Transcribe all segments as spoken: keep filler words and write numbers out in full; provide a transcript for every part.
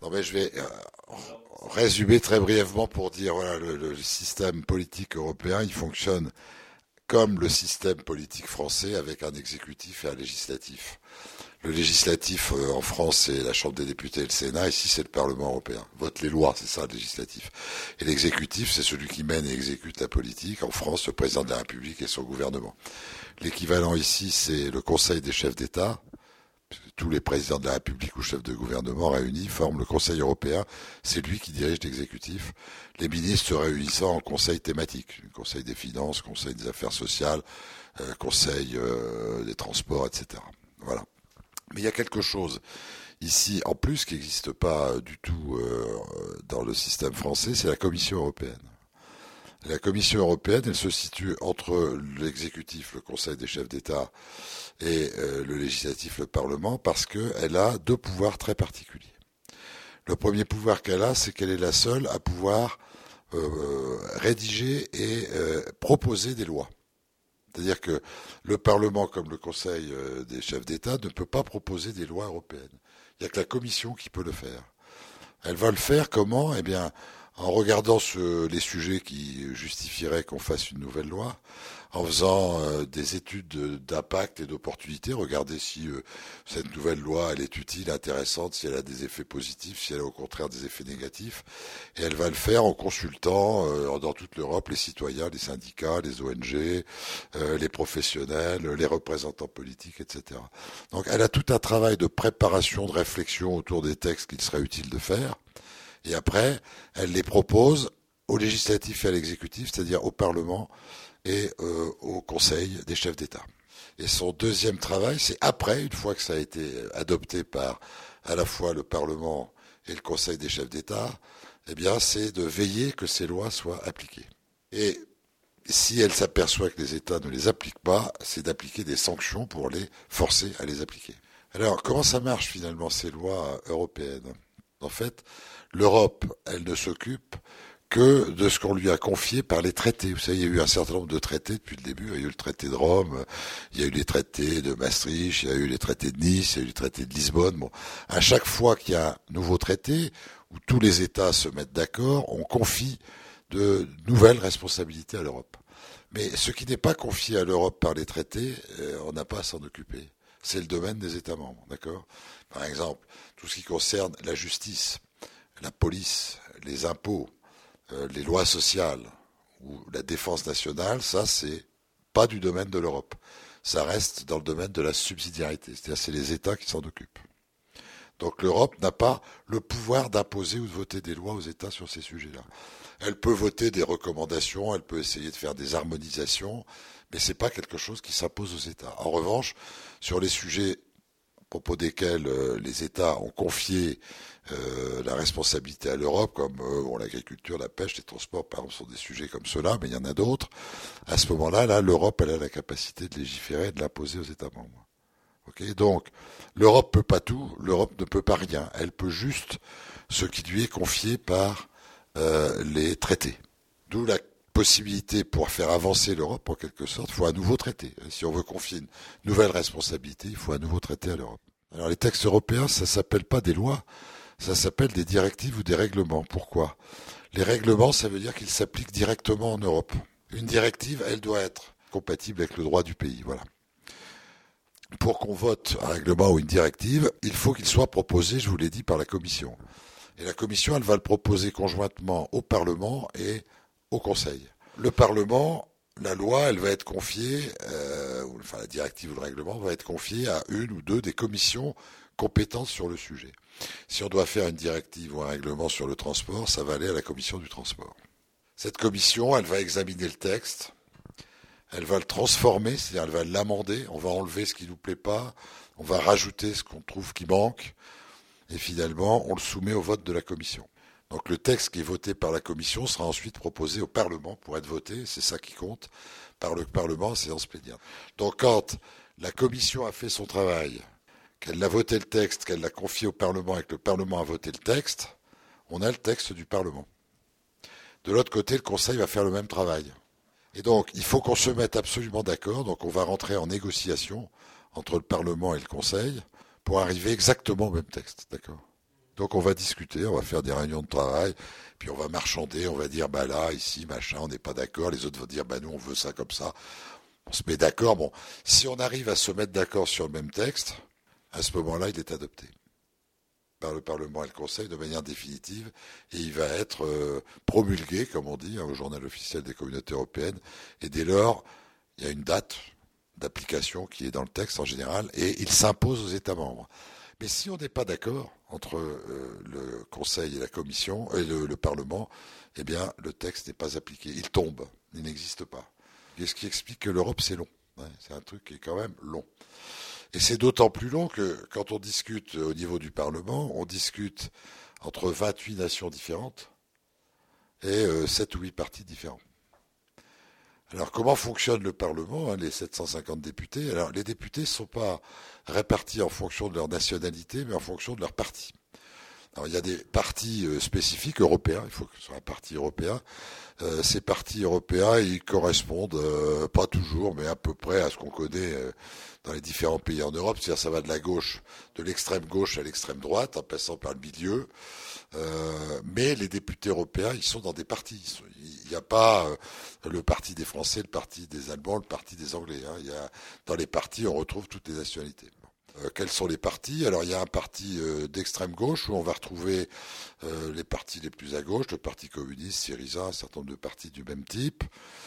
Non mais je vais euh, résumer très brièvement pour dire voilà le, le système politique européen il fonctionne comme le système politique français avec un exécutif et un législatif. Le législatif euh, en France c'est la Chambre des députés et le Sénat, ici c'est le Parlement européen. Vote les lois, c'est ça le législatif. Et l'exécutif c'est celui qui mène et exécute la politique. En France, le président de la République et son gouvernement. L'équivalent ici c'est le Conseil des chefs d'État. Tous les présidents de la République ou chefs de gouvernement réunis forment le Conseil européen. C'est lui qui dirige l'exécutif. Les ministres se réunissant en conseil thématique. Conseil des finances, Conseil des affaires sociales, euh, Conseil euh, des transports, et cetera. Voilà. Mais il y a quelque chose ici, en plus, qui n'existe pas du tout euh, dans le système français, c'est la Commission européenne. La Commission européenne, elle se situe entre l'exécutif, le Conseil des chefs d'État, et euh, le législatif, le Parlement, parce qu'elle a deux pouvoirs très particuliers. Le premier pouvoir qu'elle a, c'est qu'elle est la seule à pouvoir euh, rédiger et euh, proposer des lois. C'est-à-dire que le Parlement, comme le Conseil euh, des chefs d'État, ne peut pas proposer des lois européennes. Il n'y a que la Commission qui peut le faire. Elle va le faire comment ? Eh bien, en regardant ce, les sujets qui justifieraient qu'on fasse une nouvelle loi, en faisant euh, des études d'impact et d'opportunité, regarder si euh, cette nouvelle loi elle est utile, intéressante, si elle a des effets positifs, si elle a au contraire des effets négatifs. Et elle va le faire en consultant euh, dans toute l'Europe les citoyens, les syndicats, les O N G, euh, les professionnels, les représentants politiques, et cetera. Donc elle a tout un travail de préparation, de réflexion autour des textes qu'il serait utile de faire. Et après, elle les propose au législatif et à l'exécutif, c'est-à-dire au Parlement et euh, au Conseil des chefs d'État. Et son deuxième travail, c'est après, une fois que ça a été adopté par à la fois le Parlement et le Conseil des chefs d'État, eh bien, c'est de veiller que ces lois soient appliquées. Et si elle s'aperçoit que les États ne les appliquent pas, c'est d'appliquer des sanctions pour les forcer à les appliquer. Alors, comment ça marche finalement ces lois européennes ? En fait, l'Europe, elle ne s'occupe que de ce qu'on lui a confié par les traités. Vous savez, il y a eu un certain nombre de traités depuis le début. Il y a eu le traité de Rome, il y a eu les traités de Maastricht, il y a eu les traités de Nice, il y a eu les traités de Lisbonne. Bon, à chaque fois qu'il y a un nouveau traité, où tous les États se mettent d'accord, on confie de nouvelles responsabilités à l'Europe. Mais ce qui n'est pas confié à l'Europe par les traités, on n'a pas à s'en occuper. C'est le domaine des États membres, d'accord ? Par exemple, tout ce qui concerne la justice, la police, les impôts, euh, les lois sociales ou la défense nationale, ça c'est pas du domaine de l'Europe. Ça reste dans le domaine de la subsidiarité, c'est-à-dire c'est les États qui s'en occupent. Donc l'Europe n'a pas le pouvoir d'imposer ou de voter des lois aux États sur ces sujets-là. Elle peut voter des recommandations, elle peut essayer de faire des harmonisations, mais c'est pas quelque chose qui s'impose aux États. En revanche, sur les sujets à propos desquels euh, les États ont confié euh, la responsabilité à l'Europe, comme euh, bon, l'agriculture, la pêche, les transports, par exemple, sont des sujets comme ceux-là, mais il y en a d'autres. À ce moment-là, là, l'Europe, elle a la capacité de légiférer et de l'imposer aux États membres. Okay, donc, l'Europe peut pas tout, l'Europe ne peut pas rien. Elle peut juste ce qui lui est confié par euh, les traités. D'où la possibilité pour faire avancer l'Europe, en quelque sorte, il faut un nouveau traité. Si on veut confier une nouvelle responsabilité, il faut un nouveau traité à l'Europe. Alors les textes européens, ça s'appelle pas des lois, ça s'appelle des directives ou des règlements. Pourquoi ? Les règlements, ça veut dire qu'ils s'appliquent directement en Europe. Une directive, elle doit être compatible avec le droit du pays. Voilà. Pour qu'on vote un règlement ou une directive, il faut qu'il soit proposé, je vous l'ai dit, par la Commission. Et la Commission, elle va le proposer conjointement au Parlement et au Conseil. Le Parlement, la loi, elle va être confiée, euh, enfin la directive ou le règlement va être confiée à une ou deux des commissions compétentes sur le sujet. Si on doit faire une directive ou un règlement sur le transport, ça va aller à la commission du transport. Cette commission, elle va examiner le texte, elle va le transformer, c'est-à-dire elle va l'amender, on va enlever ce qui ne nous plaît pas, on va rajouter ce qu'on trouve qui manque, et finalement, on le soumet au vote de la commission. Donc le texte qui est voté par la Commission sera ensuite proposé au Parlement pour être voté, c'est ça qui compte, par le Parlement en séance plénière. Donc quand la Commission a fait son travail, qu'elle a voté le texte, qu'elle l'a confié au Parlement et que le Parlement a voté le texte, on a le texte du Parlement. De l'autre côté, le Conseil va faire le même travail. Et donc il faut qu'on se mette absolument d'accord, donc on va rentrer en négociation entre le Parlement et le Conseil pour arriver exactement au même texte, d'accord ? Donc on va discuter, on va faire des réunions de travail, puis on va marchander, on va dire bah là, ici, machin, on n'est pas d'accord, les autres vont dire bah nous on veut ça comme ça. On se met d'accord. Bon, si on arrive à se mettre d'accord sur le même texte, à ce moment-là, il est adopté par le Parlement et le Conseil de manière définitive, et il va être euh, promulgué, comme on dit, hein, au journal officiel des communautés européennes, et dès lors, il y a une date d'application qui est dans le texte en général, et il s'impose aux États membres. Mais si on n'est pas d'accord entre euh, le Conseil et la Commission, et le, le Parlement, eh bien, le texte n'est pas appliqué. Il tombe, il n'existe pas. Et ce qui explique que l'Europe, c'est long. Ouais, c'est un truc qui est quand même long. Et c'est d'autant plus long que quand on discute au niveau du Parlement, on discute entre vingt-huit nations différentes et euh, sept ou huit partis différents. Alors comment fonctionne le Parlement, hein, les sept cent cinquante députés? Alors les députés ne sont pas répartis en fonction de leur nationalité, mais en fonction de leur parti. Alors il y a des partis euh, spécifiques européens, il faut que ce soit un parti européen. Euh, ces partis européens, ils correspondent, euh, pas toujours, mais à peu près à ce qu'on connaît euh, dans les différents pays en Europe. C'est-à-dire ça va de la gauche, de l'extrême gauche à l'extrême droite, en passant par le milieu. Euh, mais les députés européens, ils sont dans des partis. Il n'y a pas euh, le parti des Français, le parti des Allemands, le parti des Anglais. Hein. Il y a, dans les partis, on retrouve toutes les nationalités. Euh, quels sont les partis? Alors il y a un parti euh, d'extrême gauche où on va retrouver euh, les partis les plus à gauche, le Parti communiste, Syriza, un certain nombre de partis du même type.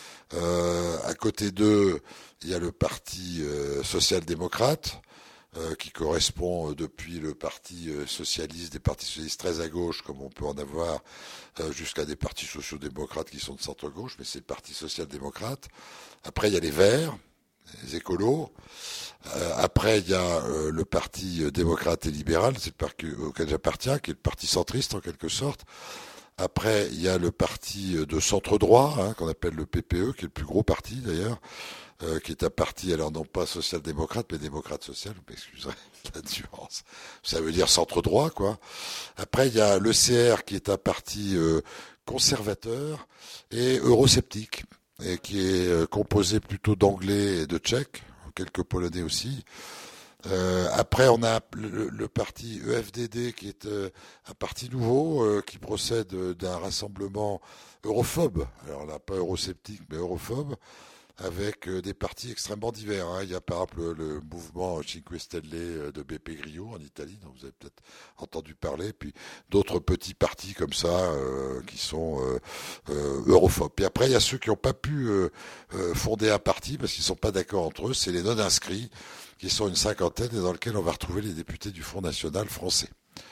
Euh, à côté d'eux, il y a le Parti euh, social-démocrate, euh, qui correspond euh, depuis le Parti euh, socialiste, des partis socialistes très à gauche, comme on peut en avoir, euh, jusqu'à des partis sociaux-démocrates qui sont de centre-gauche, mais c'est le Parti social-démocrate. Après, il y a les Verts, les écolos. Euh, après, il y a euh, le Parti démocrate et libéral, c'est le parti auquel j'appartiens, qui est le parti centriste en quelque sorte. Après, il y a le parti de centre-droit, hein, qu'on appelle le P P E, qui est le plus gros parti d'ailleurs, euh, qui est un parti, alors non pas social-démocrate, mais démocrate-social, vous m'excuserez la nuance. Ça veut dire centre-droit, quoi. Après, il y a l'E C R, qui est un parti euh, conservateur et eurosceptique, et qui est euh, composé plutôt d'anglais et de tchèques, quelques polonais aussi. Euh, après, on a le, le parti E F D D, qui est euh, un parti nouveau, euh, qui procède d'un rassemblement europhobe. Alors là, pas eurosceptique, mais europhobe, avec euh, des partis extrêmement divers. Hein. Il y a par exemple le, le mouvement Cinque Stelle euh, de Beppe Grillo en Italie, dont vous avez peut-être entendu parler, puis d'autres petits partis comme ça, euh, qui sont euh, euh, europhobes. Puis après, il y a ceux qui n'ont pas pu euh, euh, fonder un parti, parce qu'ils ne sont pas d'accord entre eux, c'est les non-inscrits, qui sont une cinquantaine et dans lequel on va retrouver les députés du Front National français.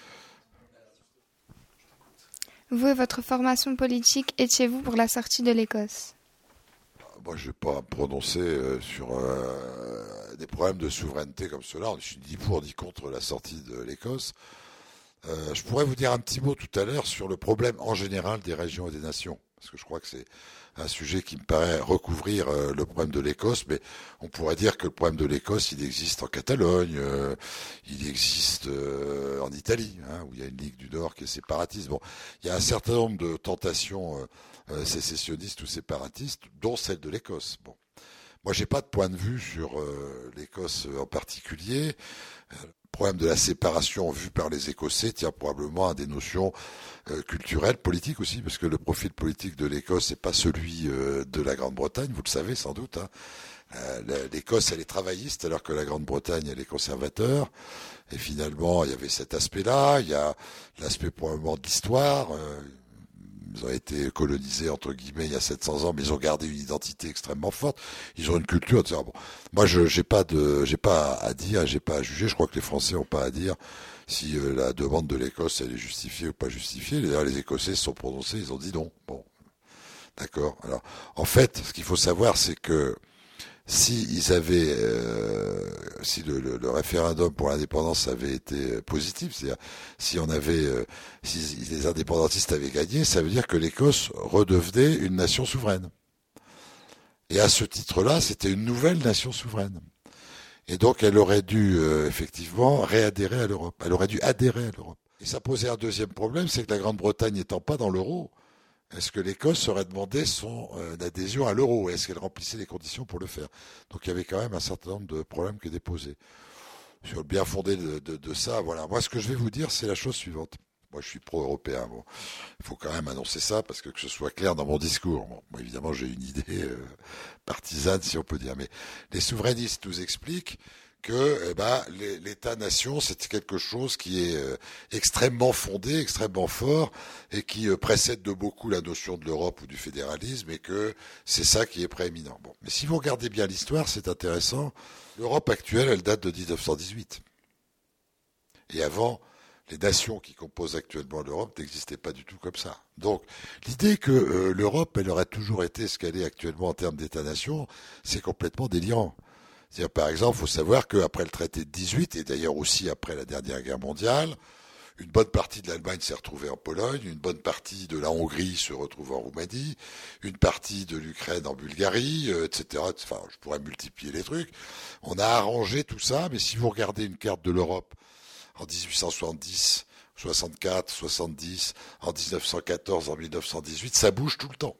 Vous et votre formation politique, étiez-vous pour la sortie de l'Écosse? Moi, je ne vais pas me prononcer euh, sur euh, des problèmes de souveraineté comme cela. Je suis ni pour ni contre la sortie de l'Écosse. Euh, je pourrais vous dire un petit mot tout à l'heure sur le problème en général des régions et des nations, parce que je crois que c'est un sujet qui me paraît recouvrir euh, le problème de l'Écosse, mais on pourrait dire que le problème de l'Écosse, il existe en Catalogne, euh, il existe euh, en Italie, hein, où il y a une Ligue du Nord qui est séparatiste. Bon, il y a un certain nombre de tentations euh, euh, sécessionnistes ou séparatistes, dont celle de l'Écosse. Bon. Moi, j'ai pas de point de vue sur euh, l'Écosse en particulier. Le problème de la séparation vu par les Écossais tient probablement à des notions euh, culturelles, politiques aussi, parce que le profil politique de l'Écosse n'est pas celui euh, de la Grande-Bretagne, vous le savez sans doute. Hein. Euh, L'Écosse, elle est travailliste, alors que la Grande-Bretagne, elle est conservateur. Et finalement, il y avait cet aspect-là. Il y a l'aspect probablement de l'histoire. Euh, Ils ont été colonisés, entre guillemets, il y a sept cents ans, mais ils ont gardé une identité extrêmement forte. Ils ont une culture, et cetera. Bon, moi, je j'ai pas de, j'ai pas à dire, j'ai pas à juger. Je crois que les Français n'ont pas à dire si euh, la demande de l'Écosse, elle est justifiée ou pas justifiée. D'ailleurs, les Écossais se sont prononcés, ils ont dit non. Bon, d'accord. Alors, en fait, ce qu'il faut savoir, c'est que si ils avaient, euh, si le, le, le référendum pour l'indépendance avait été positif, c'est-à-dire si on avait, euh, si les indépendantistes avaient gagné, ça veut dire que l'Écosse redevenait une nation souveraine. Et à ce titre-là, c'était une nouvelle nation souveraine. Et donc, elle aurait dû euh, effectivement réadhérer à l'Europe. Elle aurait dû adhérer à l'Europe. Et ça posait un deuxième problème, c'est que la Grande-Bretagne n'étant pas dans l'euro, est-ce que l'Écosse aurait demandé son euh, adhésion à l'euro? Est-ce qu'elle remplissait les conditions pour le faire? Donc il y avait quand même un certain nombre de problèmes qui étaient posés. Sur le bien fondé de, de, de ça, voilà. Moi, ce que je vais vous dire, c'est la chose suivante. moi je suis pro-européen. Bon, il faut quand même annoncer ça parce que que ce soit clair dans mon discours. Bon, moi évidemment j'ai une idée euh, partisane si on peut dire, mais les souverainistes nous expliquent que eh ben, l'État-nation, c'est quelque chose qui est euh, extrêmement fondé, extrêmement fort, et qui euh, précède de beaucoup la notion de l'Europe ou du fédéralisme, et que c'est ça qui est prééminent. Bon. Mais si vous regardez bien l'histoire, c'est intéressant. L'Europe actuelle, elle date de dix-neuf cent dix-huit. Et avant, les nations qui composent actuellement l'Europe n'existaient pas du tout comme ça. Donc, l'idée que euh, l'Europe, elle aurait toujours été ce qu'elle est actuellement en termes d'État-nation, c'est complètement délirant. C'est-à-dire, par exemple, il faut savoir qu'après le traité de dix-huit, et d'ailleurs aussi après la dernière guerre mondiale, une bonne partie de l'Allemagne s'est retrouvée en Pologne, une bonne partie de la Hongrie se retrouve en Roumanie, une partie de l'Ukraine en Bulgarie, euh, et cetera. Enfin, je pourrais multiplier les trucs. On a arrangé tout ça, mais si vous regardez une carte de l'Europe en dix-huit cent soixante-dix, soixante-quatre, soixante-dix, en dix-neuf cent quatorze, en mille neuf cent dix-huit, ça bouge tout le temps.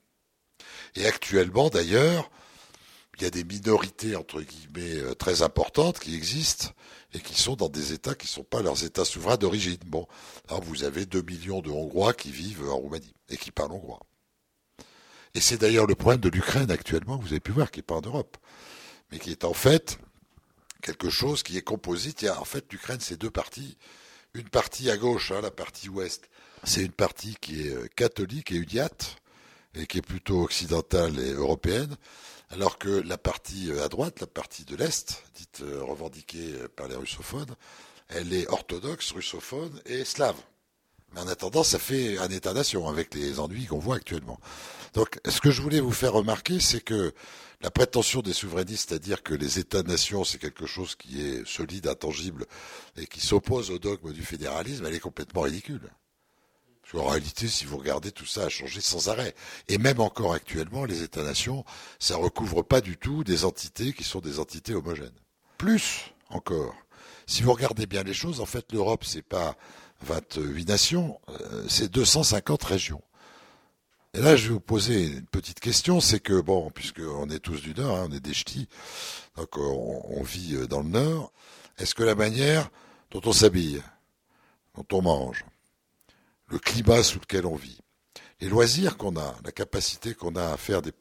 Et actuellement, d'ailleurs, il y a des minorités, entre guillemets, très importantes qui existent et qui sont dans des États qui ne sont pas leurs États souverains d'origine. Bon, là, vous avez deux millions de Hongrois qui vivent en Roumanie et qui parlent hongrois. Et c'est d'ailleurs le problème de l'Ukraine actuellement, que vous avez pu voir, qui n'est pas en Europe, mais qui est en fait quelque chose qui est composite. Il y a, en fait, l'Ukraine, c'est deux parties. Une partie à gauche, hein, la partie ouest, c'est une partie qui est catholique et uniate, et qui est plutôt occidentale et européenne, alors que la partie à droite, la partie de l'Est, dite euh, revendiquée par les russophones, elle est orthodoxe, russophone et slave. Mais en attendant, ça fait un État-nation avec les ennuis qu'on voit actuellement. Donc, ce que je voulais vous faire remarquer, c'est que la prétention des souverainistes à dire que les États-nations, c'est quelque chose qui est solide, intangible, et qui s'oppose au dogme du fédéralisme, elle est complètement ridicule. Parce qu'en réalité, si vous regardez, tout ça a changé sans arrêt. Et même encore actuellement, les États-nations, ça recouvre pas du tout des entités qui sont des entités homogènes. Plus encore, si vous regardez bien les choses, en fait, l'Europe, c'est pas vingt-huit nations, euh, c'est deux cent cinquante régions. Et là, je vais vous poser une petite question, c'est que, bon, puisqu'on est tous du Nord, hein, on est des ch'tis, donc on, on vit dans le Nord, est-ce que la manière dont on s'habille, dont on mange, le climat sous lequel on vit, les loisirs qu'on a, la capacité qu'on a à faire des,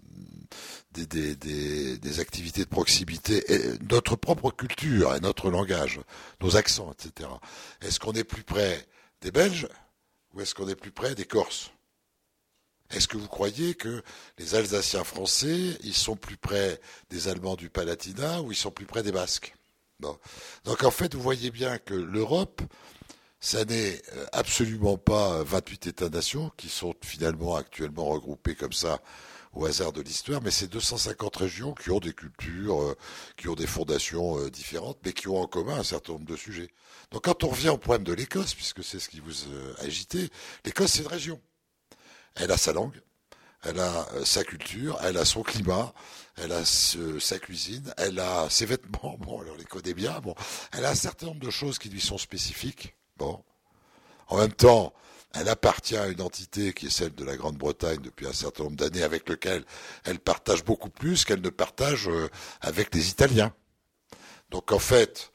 des, des, des, des activités de proximité, et notre propre culture et notre langage, nos accents, et cetera. Est-ce qu'on est plus près des Belges ou est-ce qu'on est plus près des Corses ? Est-ce que vous croyez que les Alsaciens français, ils sont plus près des Allemands du Palatinat ou ils sont plus près des Basques ? Bon. Donc en fait, vous voyez bien que l'Europe, ça n'est absolument pas vingt-huit États-nations qui sont finalement actuellement regroupés comme ça au hasard de l'histoire, mais c'est deux cent cinquante régions qui ont des cultures, qui ont des fondations différentes, mais qui ont en commun un certain nombre de sujets. Donc quand on revient au problème de l'Écosse, puisque c'est ce qui vous agitez, l'Écosse c'est une région. Elle a sa langue, elle a sa culture, elle a son climat, elle a ce, sa cuisine, elle a ses vêtements, bon, elle les connaît bien, bon, elle a un certain nombre de choses qui lui sont spécifiques, bon. En même temps, elle appartient à une entité qui est celle de la Grande-Bretagne depuis un certain nombre d'années, avec lequel elle partage beaucoup plus qu'elle ne partage avec les Italiens. Donc en fait,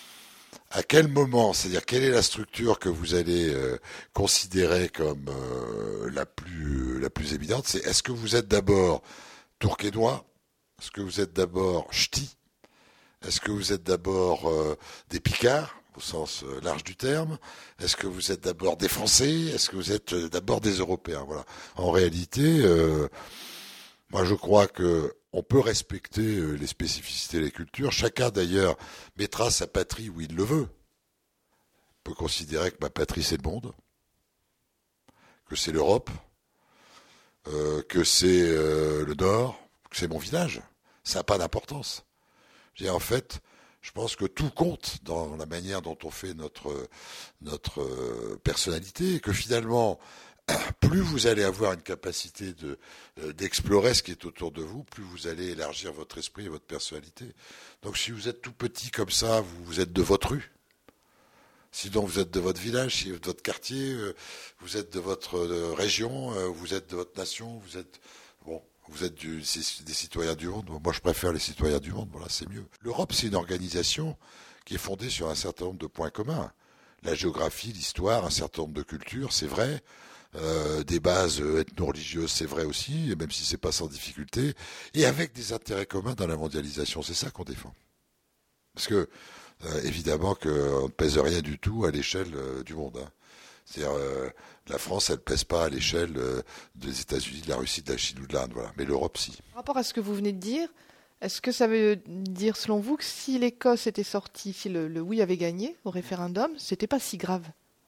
à quel moment, c'est-à-dire quelle est la structure que vous allez euh, considérer comme euh, la plus la plus évidente, c'est est-ce que vous êtes d'abord tourquenois, est-ce que vous êtes d'abord ch'ti, est-ce que vous êtes d'abord euh, des Picards au sens euh, large du terme, est-ce que vous êtes d'abord des Français, est-ce que vous êtes euh, d'abord des Européens, voilà. En réalité, euh, moi je crois que on peut respecter les spécificités des cultures. Chacun, d'ailleurs, mettra sa patrie où il le veut. On peut considérer que ma patrie, c'est le monde, que c'est l'Europe, euh, que c'est euh, le Nord, que c'est mon village. Ça n'a pas d'importance. Et en fait, je pense que tout compte dans la manière dont on fait notre, notre personnalité, et que finalement, plus vous allez avoir une capacité de, euh, d'explorer ce qui est autour de vous, plus vous allez élargir votre esprit et votre personnalité. Donc si vous êtes tout petit comme ça, vous, vous êtes de votre rue. Sinon vous êtes de votre village, si vous êtes de votre quartier, euh, vous êtes de votre euh, région, euh, vous êtes de votre nation, vous êtes bon, vous êtes du, des citoyens du monde. Moi je préfère les citoyens du monde, voilà, c'est mieux. L'Europe, c'est une organisation qui est fondée sur un certain nombre de points communs. la géographie, l'histoire, un certain nombre de cultures, c'est vrai. Euh, des bases ethno-religieuses, c'est vrai aussi, même si c'est pas sans difficulté, et avec des intérêts communs dans la mondialisation, c'est ça qu'on défend. Parce que, euh, évidemment, qu'on ne pèse rien du tout à l'échelle euh, du monde. Hein. C'est-à-dire, euh, la France, elle ne pèse pas à l'échelle euh, des États-Unis, de la Russie, de la Chine ou de l'Inde, voilà. Mais l'Europe, si. Par rapport à ce que vous venez de dire, est-ce que ça veut dire, selon vous, que si l'Écosse était sortie, si le, le oui avait gagné au référendum, c'était pas si grave?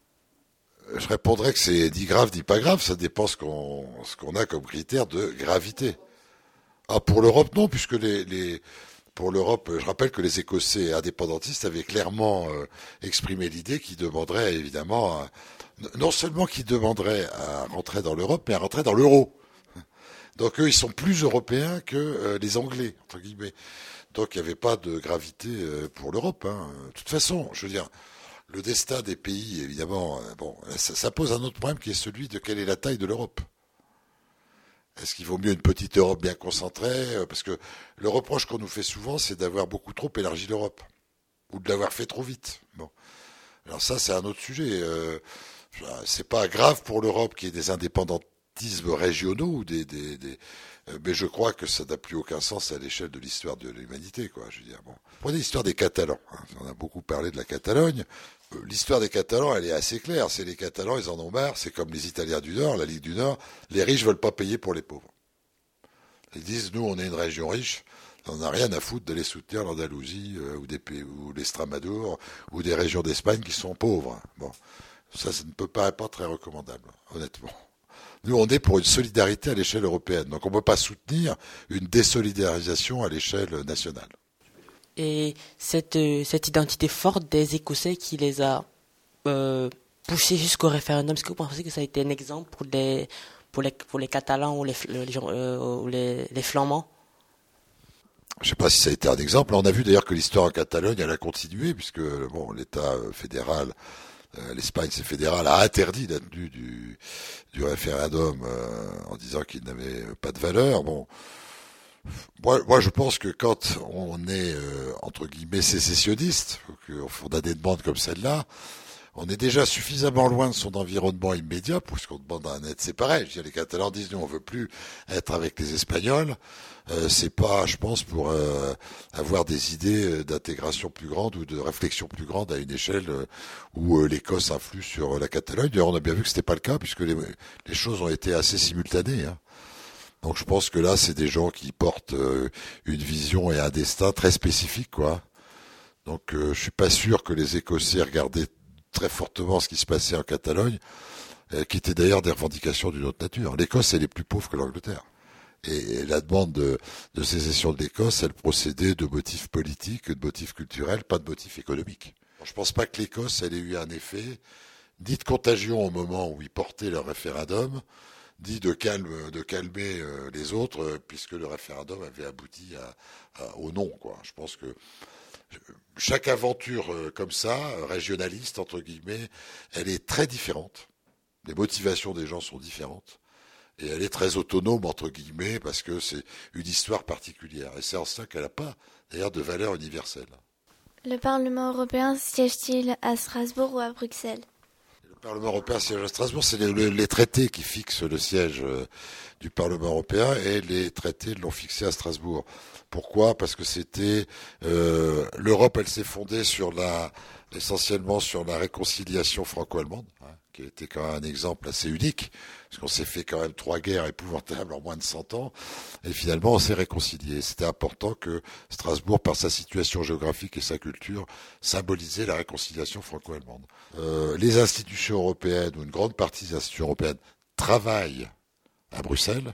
Je répondrais que c'est ni grave ni pas grave, ça dépend ce qu'on ce qu'on a comme critère de gravité. Ah, pour l'Europe, non, puisque les, les pour l'Europe, je rappelle que les Écossais indépendantistes avaient clairement euh, exprimé l'idée qu'ils demanderaient évidemment, à, non seulement qu'ils demanderaient à rentrer dans l'Europe, mais à rentrer dans l'euro. Donc eux, ils sont plus européens que euh, les Anglais, entre guillemets. Donc il n'y avait pas de gravité euh, pour l'Europe. Hein. De toute façon, je veux dire, le destin des pays, évidemment, euh, bon, ça, ça pose un autre problème qui est celui de quelle est la taille de l'Europe. Est-ce qu'il vaut mieux une petite Europe bien concentrée? Parce que le reproche qu'on nous fait souvent, c'est d'avoir beaucoup trop élargi l'Europe. Ou de l'avoir fait trop vite. Bon. Alors ça, c'est un autre sujet. Euh, c'est pas grave pour l'Europe qu'il y ait des indépendantismes régionaux ou des, des, des euh, mais je crois que ça n'a plus aucun sens à l'échelle de l'histoire de l'humanité, quoi. Je veux dire, bon. Prenez l'histoire des Catalans. Hein. On a beaucoup parlé de la Catalogne. Euh, l'histoire des Catalans, elle est assez claire. C'est les Catalans, ils en ont marre. C'est comme les Italiens du Nord, la Ligue du Nord. Les riches veulent pas payer pour les pauvres. Ils disent, nous, on est une région riche. On n'a rien à foutre d'aller soutenir l'Andalousie euh, ou des pays, ou l'Extrémadure ou des régions d'Espagne qui sont pauvres. Bon, ça, ça ne peut pas être très recommandable, honnêtement. Nous, on est pour une solidarité à l'échelle européenne, donc on ne peut pas soutenir une désolidarisation à l'échelle nationale. Et cette, cette identité forte des Écossais qui les a euh, poussés jusqu'au référendum, est-ce que vous pensez que ça a été un exemple pour les, pour les, pour les Catalans ou les, les, euh, ou les, les Flamands? Je ne sais pas si ça a été un exemple. On a vu d'ailleurs que l'histoire en Catalogne, elle a continué, puisque bon, l'État fédéral, euh, l'Espagne, c'est fédéral, a interdit la tenue du, du référendum euh, en disant qu'il n'avait pas de valeur. Bon, moi, moi, je pense que quand on est euh, entre guillemets sécessionniste, qu'on a des demandes comme celle-là, on est déjà suffisamment loin de son environnement immédiat pour ce qu'on demande à un être. C'est pareil. Je veux dire, les Catalans disent nous on veut plus être avec les Espagnols. Euh, c'est pas, je pense, pour euh, avoir des idées d'intégration plus grande ou de réflexion plus grande à une échelle euh, où euh, l'Écosse influe sur la Catalogne. D'ailleurs, on a bien vu que c'était pas le cas puisque les, les choses ont été assez simultanées. Hein. Donc, je pense que là, c'est des gens qui portent euh, une vision et un destin très spécifique, quoi. Donc, euh, je suis pas sûr que les Écossais regardaient très fortement ce qui se passait en Catalogne, euh, qui était d'ailleurs des revendications d'une autre nature. L'Écosse, elle est plus pauvre que l'Angleterre. Et, et la demande de, de sécession de l'Écosse, elle procédait de motifs politiques, de motifs culturels, pas de motifs économiques. Je pense pas que l'Écosse, elle ait eu un effet, ni de contagion au moment où ils portaient leur référendum, ni de, calme, de calmer euh, les autres, euh, puisque le référendum avait abouti à, à, au non, quoi. Je pense que chaque aventure euh, comme ça, régionaliste, entre guillemets, elle est très différente. Les motivations des gens sont différentes. Et elle est très autonome, entre guillemets, parce que c'est une histoire particulière. Et c'est en ça qu'elle n'a pas, d'ailleurs, de valeur universelle. Le Parlement européen siège-t-il à Strasbourg ou à Bruxelles? Le Parlement européen siège à Strasbourg. C'est les, les, les traités qui fixent le siège euh, du Parlement européen, et les traités l'ont fixé à Strasbourg. Pourquoi? Parce que c'était euh, l'Europe, elle s'est fondée sur la, essentiellement sur la réconciliation franco-allemande, hein, qui a été quand même un exemple assez unique, parce qu'on s'est fait quand même trois guerres épouvantables en moins de cent ans, et finalement on s'est réconcilié. C'était important que Strasbourg, par sa situation géographique et sa culture, symbolisait la réconciliation franco-allemande. Euh, les institutions européennes, ou une grande partie des institutions européennes, travaillent à Bruxelles.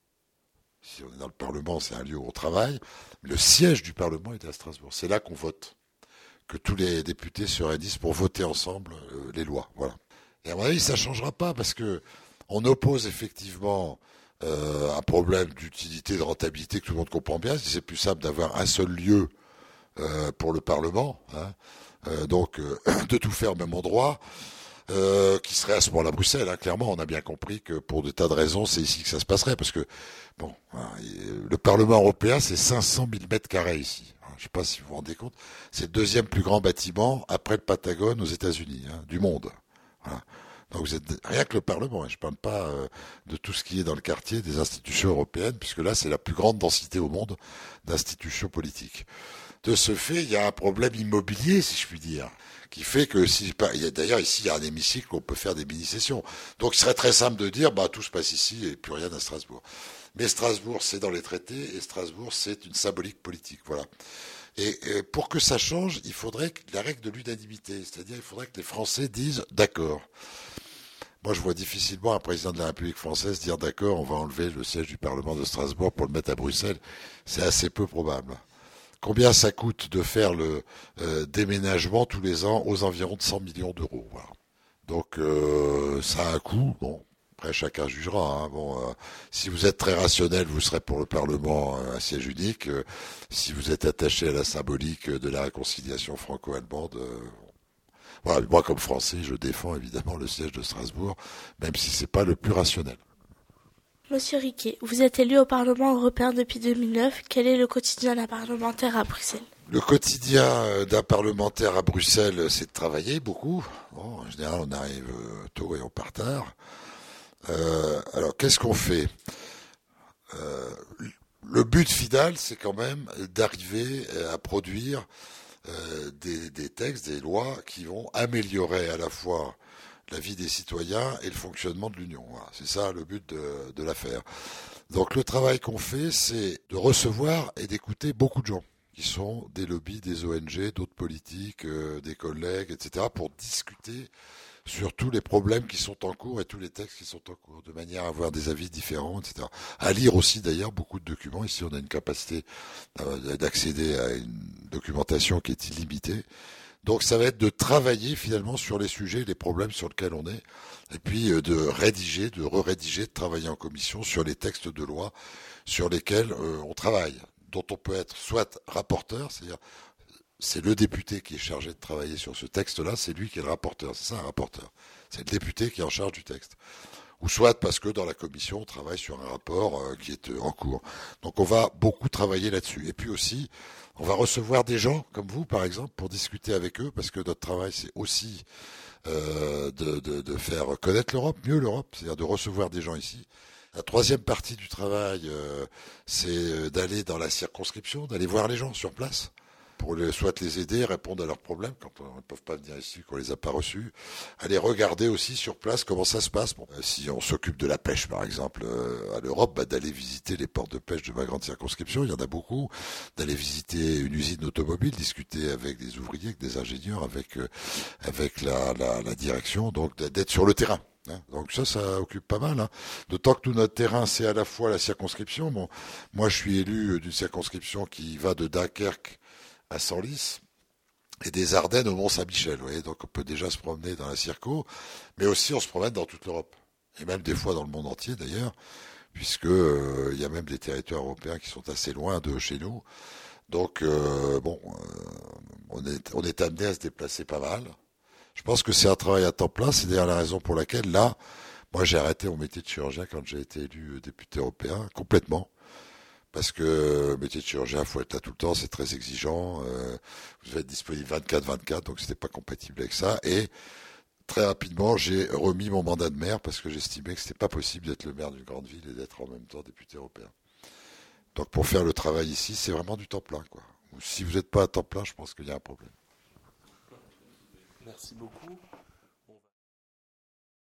Si on est dans le Parlement, c'est un lieu où on travaille. Le siège du Parlement est à Strasbourg. C'est là qu'on vote, que tous les députés se réunissent pour voter ensemble euh, les lois. Voilà. Et à mon avis, ça ne changera pas parce que on oppose effectivement euh, un problème d'utilité, de rentabilité que tout le monde comprend bien. C'est plus simple d'avoir un seul lieu euh, pour le Parlement, hein, euh, donc euh, de tout faire au même endroit, euh, qui serait serait à ce moment-là Bruxelles, hein, clairement. On a bien compris que pour de tas de raisons, c'est ici que ça se passerait. Parce que, bon, hein, le Parlement européen, c'est cinq cent mille mètres carrés ici. Je ne sais pas si vous vous rendez compte. C'est le deuxième plus grand bâtiment après le Pentagone aux États-Unis, hein, du monde. Voilà. Donc vous êtes rien que le Parlement. Hein, je ne parle pas euh, de tout ce qui est dans le quartier des institutions européennes, puisque là, c'est la plus grande densité au monde d'institutions politiques. De ce fait, il y a un problème immobilier, si je puis dire, qui fait que si il y a, d'ailleurs ici il y a un hémicycle où on peut faire des mini-sessions. Donc il serait très simple de dire bah tout se passe ici et plus rien à Strasbourg. Mais Strasbourg c'est dans les traités et Strasbourg c'est une symbolique politique, voilà. Et, et pour que ça change, il faudrait que la règle de l'unanimité, c'est-à-dire il faudrait que les Français disent d'accord. Moi je vois difficilement un président de la République française dire d'accord, on va enlever le siège du Parlement de Strasbourg pour le mettre à Bruxelles. C'est assez peu probable. Combien ça coûte de faire le euh, déménagement tous les ans aux environs de cent millions d'euros. Voilà. Donc euh, ça a un coût. Bon, après chacun jugera. Hein. Bon, euh, si vous êtes très rationnel, vous serez pour le Parlement euh, un siège unique. Euh, si vous êtes attaché à la symbolique de la réconciliation franco-allemande, euh, voilà. Moi comme Français, je défends évidemment le siège de Strasbourg, même si c'est pas le plus rationnel. Monsieur Riquet, vous êtes élu au Parlement européen depuis deux mille neuf. Quel est le quotidien d'un parlementaire à Bruxelles? Le quotidien d'un parlementaire à Bruxelles, c'est de travailler beaucoup. Bon, en général, on arrive tôt et on part tard. Euh, alors, qu'est-ce qu'on fait? euh, Le but final, c'est quand même d'arriver à produire euh, des, des textes, des lois qui vont améliorer à la fois la vie des citoyens et le fonctionnement de l'Union. Voilà, c'est ça le but de, de l'affaire. Donc le travail qu'on fait, c'est de recevoir et d'écouter beaucoup de gens qui sont des lobbies, des O N G, d'autres politiques, euh, des collègues, et cetera, pour discuter sur tous les problèmes qui sont en cours et tous les textes qui sont en cours, de manière à avoir des avis différents, et cetera. À lire aussi d'ailleurs beaucoup de documents. Ici, on a une capacité d'accéder à une documentation qui est illimitée. Donc ça va être de travailler finalement sur les sujets, les problèmes sur lesquels on est, et puis de rédiger, de re-rédiger, de travailler en commission sur les textes de loi sur lesquels euh, on travaille, dont on peut être soit rapporteur, c'est-à-dire c'est le député qui est chargé de travailler sur ce texte-là, c'est lui qui est le rapporteur, c'est ça un rapporteur, c'est le député qui est en charge du texte. Ou soit parce que dans la commission, on travaille sur un rapport euh, qui est euh, en cours. Donc on va beaucoup travailler là-dessus. Et puis aussi, on va recevoir des gens comme vous, par exemple, pour discuter avec eux, parce que notre travail, c'est aussi euh, de, de, de faire connaître l'Europe, mieux l'Europe, c'est-à-dire de recevoir des gens ici. La troisième partie du travail, euh, c'est d'aller dans la circonscription, d'aller voir les gens sur place, pour les, soit les aider, répondre à leurs problèmes quand on ne peuvent pas venir ici, qu'on les a pas reçus. Aller regarder aussi sur place comment ça se passe. Bon, euh, si on s'occupe de la pêche, par exemple, euh, à l'Europe, bah, d'aller visiter les ports de pêche de ma grande circonscription, il y en a beaucoup. D'aller visiter une usine automobile, discuter avec des ouvriers, avec des ingénieurs, avec euh, avec la, la, la direction, donc d'être sur le terrain. Hein. Donc ça, ça occupe pas mal. Hein. D'autant que tout notre terrain, c'est à la fois la circonscription. Bon, moi, je suis élu d'une circonscription qui va de Dunkerque à Senlis et des Ardennes au Mont-Saint-Michel. Vous voyez, donc on peut déjà se promener dans la circo, mais aussi on se promène dans toute l'Europe et même des fois dans le monde entier d'ailleurs, puisque euh, il y a même des territoires européens qui sont assez loin de chez nous. Donc euh, bon, euh, on est on est amené à se déplacer pas mal. Je pense que c'est un travail à temps plein. C'est d'ailleurs la raison pour laquelle là, moi j'ai arrêté mon métier de chirurgien quand j'ai été élu député européen complètement. Parce que le métier de chirurgien, il faut être là tout le temps, c'est très exigeant. Euh, vous devez être disponible vingt-quatre vingt-quatre, donc c'était pas compatible avec ça. Et très rapidement, j'ai remis mon mandat de maire parce que j'estimais que c'était pas possible d'être le maire d'une grande ville et d'être en même temps député européen. Donc pour faire le travail ici, c'est vraiment du temps plein, quoi. Si vous n'êtes pas à temps plein, je pense qu'il y a un problème. Merci beaucoup.